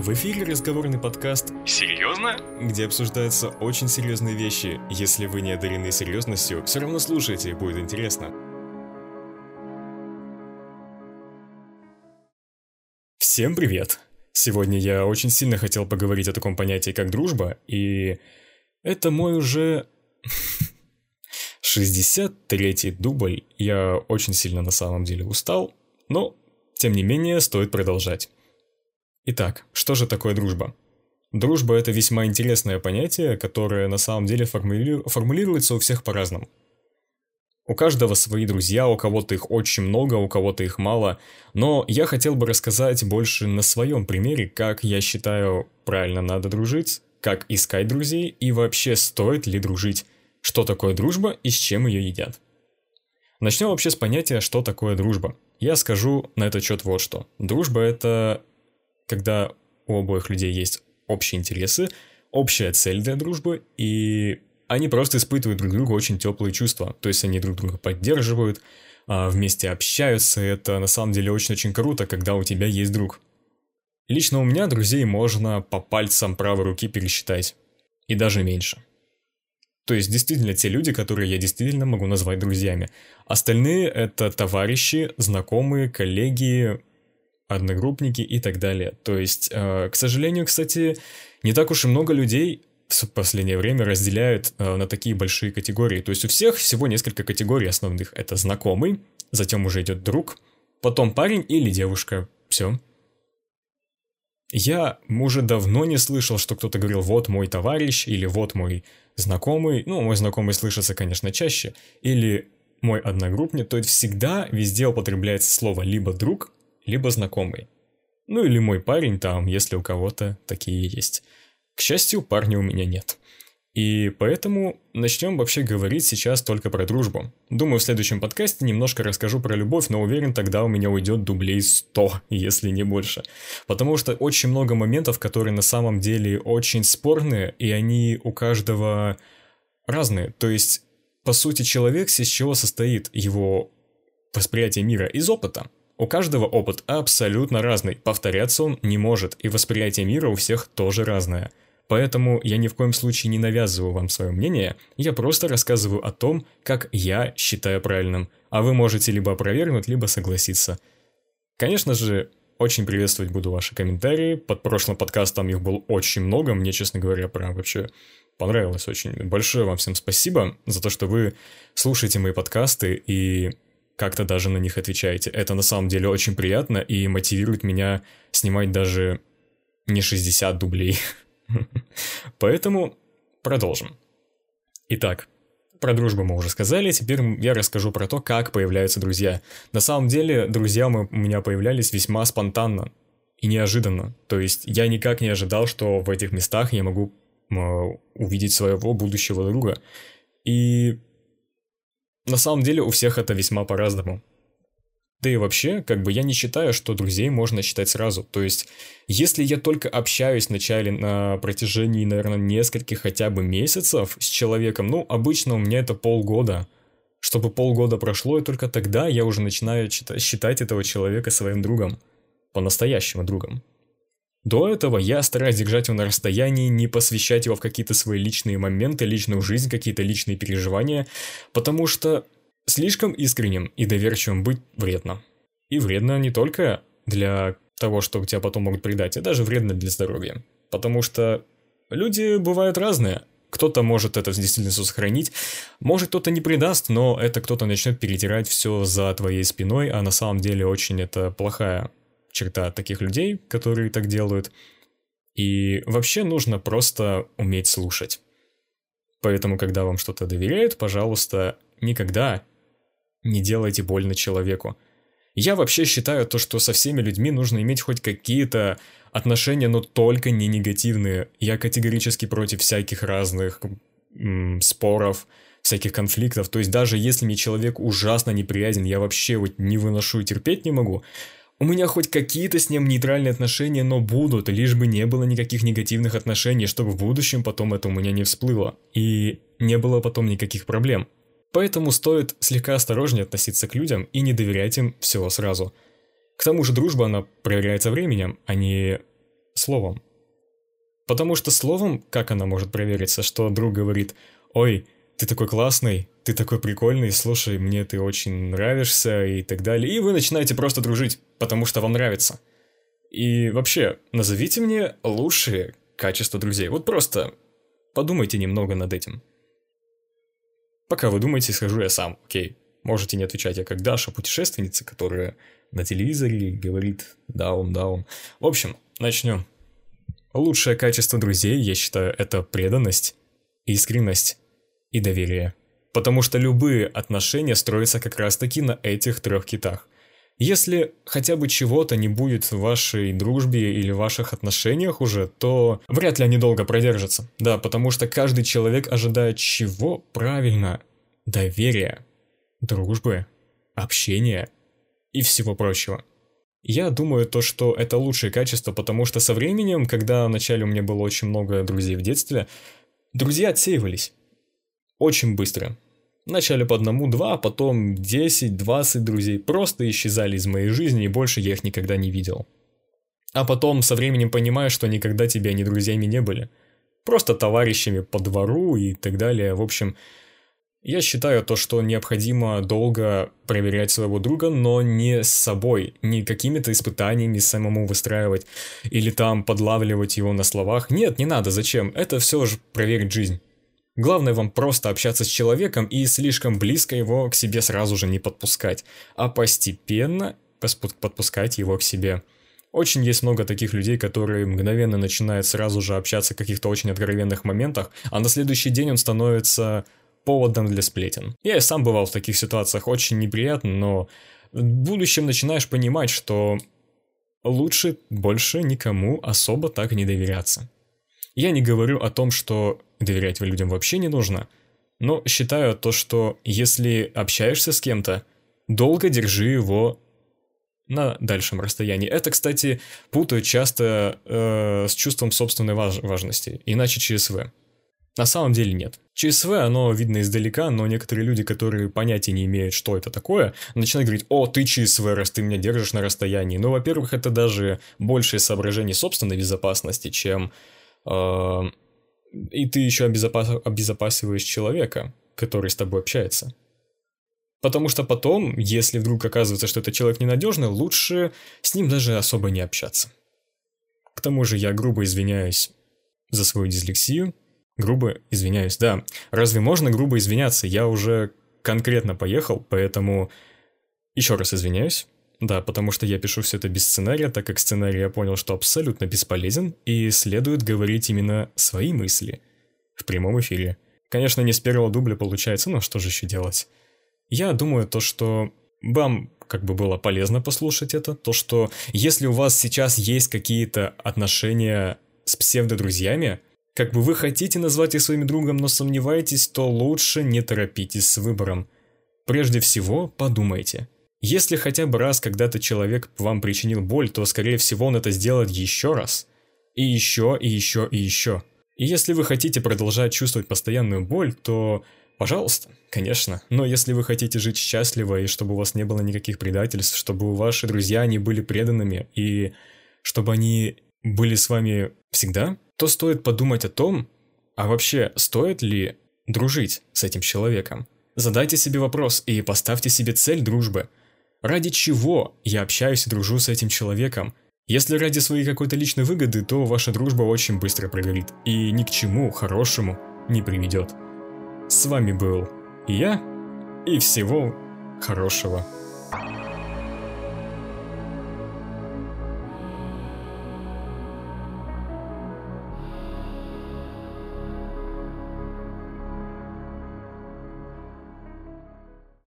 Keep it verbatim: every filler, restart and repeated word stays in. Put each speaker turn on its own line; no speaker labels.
В эфире разговорный подкаст
Серьезно?
Где обсуждаются очень серьезные вещи. Если вы не одарены серьезностью, все равно слушайте, будет интересно. Всем привет! Сегодня я очень сильно хотел поговорить о таком понятии, как дружба, и это мой уже шестьдесят третий дубль. Я очень сильно на самом деле устал, но, тем не менее, стоит продолжать. Итак, что же такое дружба? Дружба – это весьма интересное понятие, которое на самом деле формули... формулируется у всех по-разному. У каждого свои друзья, у кого-то их очень много, у кого-то их мало, но я хотел бы рассказать больше на своем примере, как я считаю правильно надо дружить, как искать друзей и вообще стоит ли дружить, что такое дружба и с чем ее едят. Начнем вообще с понятия, что такое дружба. Я скажу на этот счет вот что. Дружба – это когда у обоих людей есть общие интересы, общая цель для дружбы, и они просто испытывают друг другу очень теплые чувства. То есть они друг друга поддерживают, вместе общаются, и это на самом деле очень-очень круто, когда у тебя есть друг. Лично у меня друзей можно по пальцам правой руки пересчитать, и даже меньше. То есть действительно те люди, которые я действительно могу назвать друзьями. Остальные – это товарищи, знакомые, коллеги, одногруппники и так далее. То есть, э, к сожалению, кстати, не так уж и много людей в последнее время разделяют э, на такие большие категории. То есть у всех всего несколько категорий основных. Это знакомый, затем уже идет друг, потом парень или девушка. Все. Я уже давно не слышал, что кто-то говорил «вот мой товарищ» или «вот мой знакомый». Ну, мой знакомый слышится, конечно, чаще. Или «мой одногруппник». То есть всегда везде употребляется слово либо «друг», либо знакомый. Ну или мой парень там, если у кого-то такие есть. К счастью, парня у меня нет. И поэтому начнем вообще говорить сейчас только про дружбу. Думаю, в следующем подкасте немножко расскажу про любовь, но уверен, тогда у меня уйдет дублей сто, если не больше. Потому что очень много моментов, которые на самом деле очень спорные, и они у каждого разные. То есть, по сути, человек из чего состоит его восприятие мира? Из опыта. У каждого опыт абсолютно разный, повторяться он не может, и восприятие мира у всех тоже разное. Поэтому я ни в коем случае не навязываю вам свое мнение, я просто рассказываю о том, как я считаю правильным, а вы можете либо опровергнуть, либо согласиться. Конечно же, очень приветствовать буду ваши комментарии, под прошлым подкастом их было очень много, мне, честно говоря, прям вообще понравилось очень. Большое вам всем спасибо за то, что вы слушаете мои подкасты и как-то даже на них отвечаете. Это на самом деле очень приятно и мотивирует меня снимать даже не шестьдесят дублей. Поэтому продолжим. Итак, про дружбу мы уже сказали, теперь я расскажу про то, как появляются друзья. На самом деле, друзья у меня появлялись весьма спонтанно и неожиданно. То есть я никак не ожидал, что в этих местах я могу увидеть своего будущего друга. И на самом деле у всех это весьма по-разному. Да и вообще, как бы я не считаю, что друзей можно считать сразу. То есть, если я только общаюсь вначале на протяжении, наверное, нескольких хотя бы месяцев с человеком, ну, обычно у меня это полгода. Чтобы полгода прошло, и только тогда я уже начинаю считать этого человека своим другом. По-настоящему другом. До этого я стараюсь держать его на расстоянии, не посвящать его в какие-то свои личные моменты, личную жизнь, какие-то личные переживания, потому что слишком искренним и доверчивым быть вредно. И вредно не только для того, что тебя потом могут предать, а даже вредно для здоровья. Потому что люди бывают разные. Кто-то может это действительно сохранить, может кто-то не предаст, но это кто-то начнет перетирать все за твоей спиной, а на самом деле очень это плохая черта таких людей, которые так делают. И вообще нужно просто уметь слушать. Поэтому, когда вам что-то доверяют, пожалуйста, никогда не делайте больно человеку. Я вообще считаю то, что со всеми людьми нужно иметь хоть какие-то отношения, но только не негативные. Я категорически против всяких разных м- споров, всяких конфликтов. То есть даже если мне человек ужасно неприятен, я вообще вот не выношу и терпеть не могу, у меня хоть какие-то с ним нейтральные отношения, но будут, лишь бы не было никаких негативных отношений, чтобы в будущем потом это у меня не всплыло. И не было потом никаких проблем. Поэтому стоит слегка осторожнее относиться к людям и не доверять им всего сразу. К тому же дружба, она проверяется временем, а не словом. Потому что словом, как она может провериться, что друг говорит: «Ой, ты такой классный, ты такой прикольный, слушай, мне ты очень нравишься» и так далее. И вы начинаете просто дружить, потому что вам нравится. И вообще, назовите мне лучшие качества друзей. Вот просто подумайте немного над этим. Пока вы думаете, скажу я сам, окей. Можете не отвечать, я как Даша, путешественница, которая на телевизоре говорит даун-даун. В общем, начнем. Лучшее качество друзей, я считаю, это преданность, искренность и доверие. Потому что любые отношения строятся как раз-таки на этих трех китах. Если хотя бы чего-то не будет в вашей дружбе или в ваших отношениях уже, то вряд ли они долго продержатся. Да, потому что каждый человек ожидает чего? Правильно. Доверия, дружбы, общения и всего прочего. Я думаю, то, что это лучшее качество, потому что со временем, когда вначале у меня было очень много друзей в детстве, друзья отсеивались. Очень быстро. Вначале по одному-два, а потом десять-двадцать друзей просто исчезали из моей жизни, и больше я их никогда не видел. А потом со временем понимаешь, что никогда тебе они друзьями не были. Просто товарищами по двору и так далее. В общем, я считаю то, что необходимо долго проверять своего друга, но не с собой, не какими-то испытаниями самому выстраивать или там подлавливать его на словах. Нет, не надо, зачем? Это все же проверить жизнь. Главное вам просто общаться с человеком и слишком близко его к себе сразу же не подпускать, а постепенно подпускать его к себе. Очень есть много таких людей, которые мгновенно начинают сразу же общаться в каких-то очень откровенных моментах, а на следующий день он становится поводом для сплетен. Я и сам бывал в таких ситуациях, очень неприятно, но в будущем начинаешь понимать, что лучше больше никому особо так не доверяться. Я не говорю о том, что доверять людям вообще не нужно, но считаю то, что если общаешься с кем-то, долго держи его на дальшем расстоянии. Это, кстати, путают часто э, с чувством собственной важ- важности, иначе ЧСВ. На самом деле нет. ЧСВ, оно видно издалека, но некоторые люди, которые понятия не имеют, что это такое, начинают говорить: «О, ты ЧСВ, раз ты меня держишь на расстоянии». Ну, во-первых, это даже большее соображение собственной безопасности, чем... Э, и ты еще обезопас- обезопасиваешь человека, который с тобой общается. Потому что потом, если вдруг оказывается, что этот человек ненадежный, лучше с ним даже особо не общаться. К тому же я грубо извиняюсь за свою дислексию. Грубо извиняюсь, да. Разве можно грубо извиняться? Я уже конкретно поехал, поэтому еще раз извиняюсь. Да, потому что я пишу все это без сценария, так как сценарий я понял, что абсолютно бесполезен, и следует говорить именно свои мысли в прямом эфире. Конечно, не с первого дубля получается, но что же еще делать? Я думаю, то, что вам как бы было полезно послушать это, то, что если у вас сейчас есть какие-то отношения с псевдодрузьями, как бы вы хотите назвать их своим другом, но сомневаетесь, то лучше не торопитесь с выбором. Прежде всего, подумайте. Если хотя бы раз когда-то человек вам причинил боль, то, скорее всего, он это сделает еще раз. И еще, и еще, и еще. И если вы хотите продолжать чувствовать постоянную боль, то... Пожалуйста, конечно, но если вы хотите жить счастливо и чтобы у вас не было никаких предательств, чтобы ваши друзья не были преданными и чтобы они были с вами всегда, то стоит подумать о том, а вообще стоит ли дружить с этим человеком. Задайте себе вопрос и поставьте себе цель дружбы. Ради чего я общаюсь и дружу с этим человеком? Если ради своей какой-то личной выгоды, то ваша дружба очень быстро прогорит и ни к чему хорошему не приведет. С вами был я, и всего хорошего.